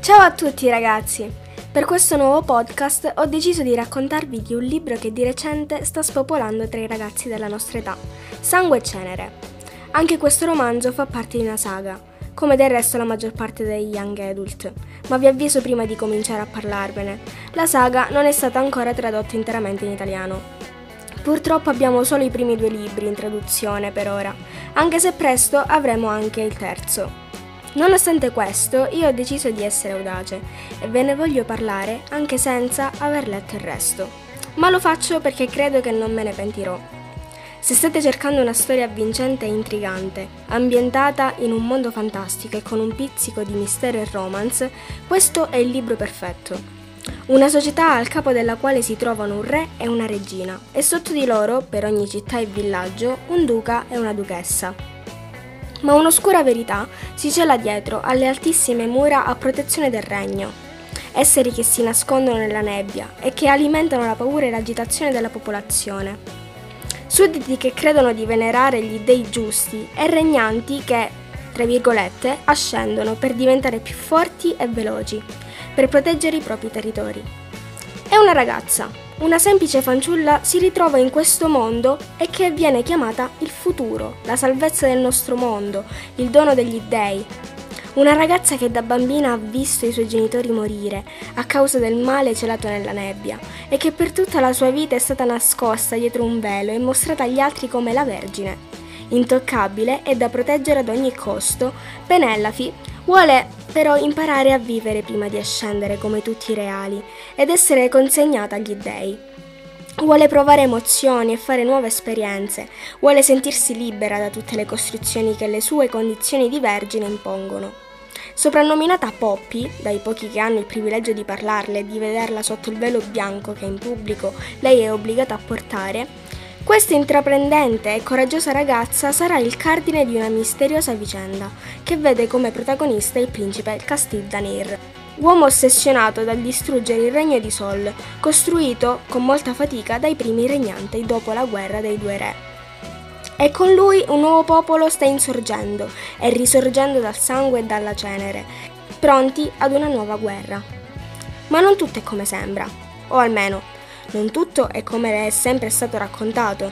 Ciao a tutti ragazzi! Per questo nuovo podcast ho deciso di raccontarvi di un libro che di recente sta spopolando tra i ragazzi della nostra età, Sangue e Cenere. Anche questo romanzo fa parte di una saga, come del resto la maggior parte dei young adult, ma vi avviso prima di cominciare a parlarvene, la saga non è stata ancora tradotta interamente in italiano. Purtroppo abbiamo solo i primi 2 libri in traduzione per ora, anche se presto avremo anche il terzo. Nonostante questo, io ho deciso di essere audace e ve ne voglio parlare anche senza aver letto il resto. Ma lo faccio perché credo che non me ne pentirò. Se state cercando una storia avvincente e intrigante, ambientata in un mondo fantastico e con un pizzico di mistero e romance, questo è il libro perfetto. Una società al capo della quale si trovano un re e una regina, e sotto di loro, per ogni città e villaggio, un duca e una duchessa. Ma un'oscura verità si cela dietro alle altissime mura a protezione del regno. Esseri che si nascondono nella nebbia e che alimentano la paura e l'agitazione della popolazione. Sudditi che credono di venerare gli dei giusti e regnanti che, tra virgolette, ascendono per diventare più forti e veloci, per proteggere i propri territori. È una ragazza. Una semplice fanciulla si ritrova in questo mondo e che viene chiamata il futuro, la salvezza del nostro mondo, il dono degli dèi. Una ragazza che da bambina ha visto i suoi genitori morire a causa del male celato nella nebbia e che per tutta la sua vita è stata nascosta dietro un velo e mostrata agli altri come la Vergine. Intoccabile e da proteggere ad ogni costo, Penelope vuole però imparare a vivere prima di ascendere come tutti i reali ed essere consegnata agli dèi. Vuole provare emozioni e fare nuove esperienze, vuole sentirsi libera da tutte le costrizioni che le sue condizioni di vergine impongono. Soprannominata Poppy, dai pochi che hanno il privilegio di parlarle e di vederla sotto il velo bianco che in pubblico lei è obbligata a portare, questa intraprendente e coraggiosa ragazza sarà il cardine di una misteriosa vicenda che vede come protagonista il principe Castildanir, uomo ossessionato dal distruggere il regno di Sol, costruito con molta fatica dai primi regnanti dopo la guerra dei 2 re. E con lui un nuovo popolo sta insorgendo e risorgendo dal sangue e dalla cenere, pronti ad una nuova guerra. Ma non tutto è come sembra, o almeno non tutto è come è sempre stato raccontato.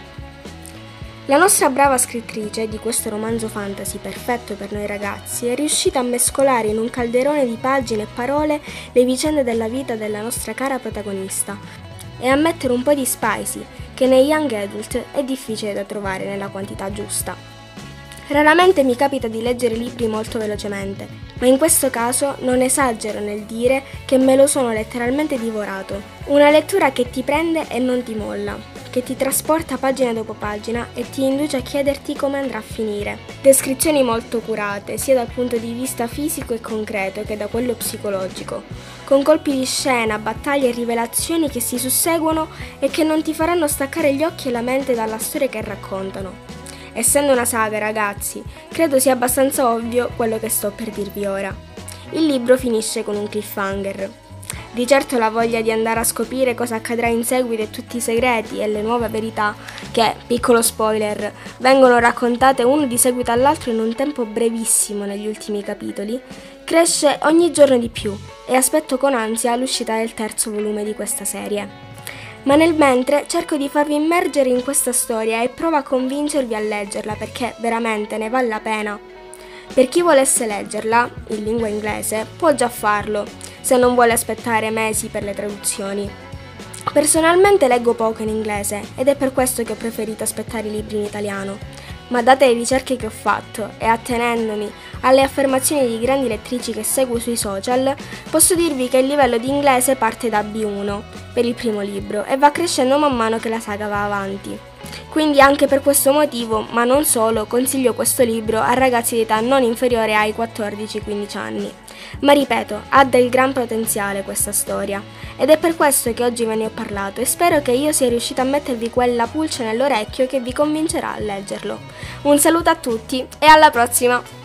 La nostra brava scrittrice di questo romanzo fantasy perfetto per noi ragazzi è riuscita a mescolare in un calderone di pagine e parole le vicende della vita della nostra cara protagonista e a mettere un po' di spicy che nei young adult è difficile da trovare nella quantità giusta. Raramente mi capita di leggere libri molto velocemente, ma in questo caso non esagero nel dire che me lo sono letteralmente divorato. Una lettura che ti prende e non ti molla, che ti trasporta pagina dopo pagina e ti induce a chiederti come andrà a finire. Descrizioni molto curate, sia dal punto di vista fisico e concreto che da quello psicologico, con colpi di scena, battaglie e rivelazioni che si susseguono e che non ti faranno staccare gli occhi e la mente dalla storia che raccontano. Essendo una saga, ragazzi, credo sia abbastanza ovvio quello che sto per dirvi ora. Il libro finisce con un cliffhanger. Di certo la voglia di andare a scoprire cosa accadrà in seguito e tutti i segreti e le nuove verità che, piccolo spoiler, vengono raccontate uno di seguito all'altro in un tempo brevissimo negli ultimi capitoli, cresce ogni giorno di più e aspetto con ansia l'uscita del terzo volume di questa serie. Ma nel mentre cerco di farvi immergere in questa storia e provo a convincervi a leggerla perché veramente ne vale la pena. Per chi volesse leggerla, in lingua inglese, può già farlo, se non vuole aspettare mesi per le traduzioni. Personalmente leggo poco in inglese ed è per questo che ho preferito aspettare i libri in italiano. Ma date le ricerche che ho fatto e attenendomi alle affermazioni di grandi lettrici che seguo sui social, posso dirvi che il livello di inglese parte da B1 per il primo libro e va crescendo man mano che la saga va avanti. Quindi anche per questo motivo, ma non solo, consiglio questo libro a ragazzi di età non inferiore ai 14-15 anni. Ma ripeto, ha del gran potenziale questa storia ed è per questo che oggi ve ne ho parlato e spero che io sia riuscita a mettervi quella pulce nell'orecchio che vi convincerà a leggerlo. Un saluto a tutti e alla prossima!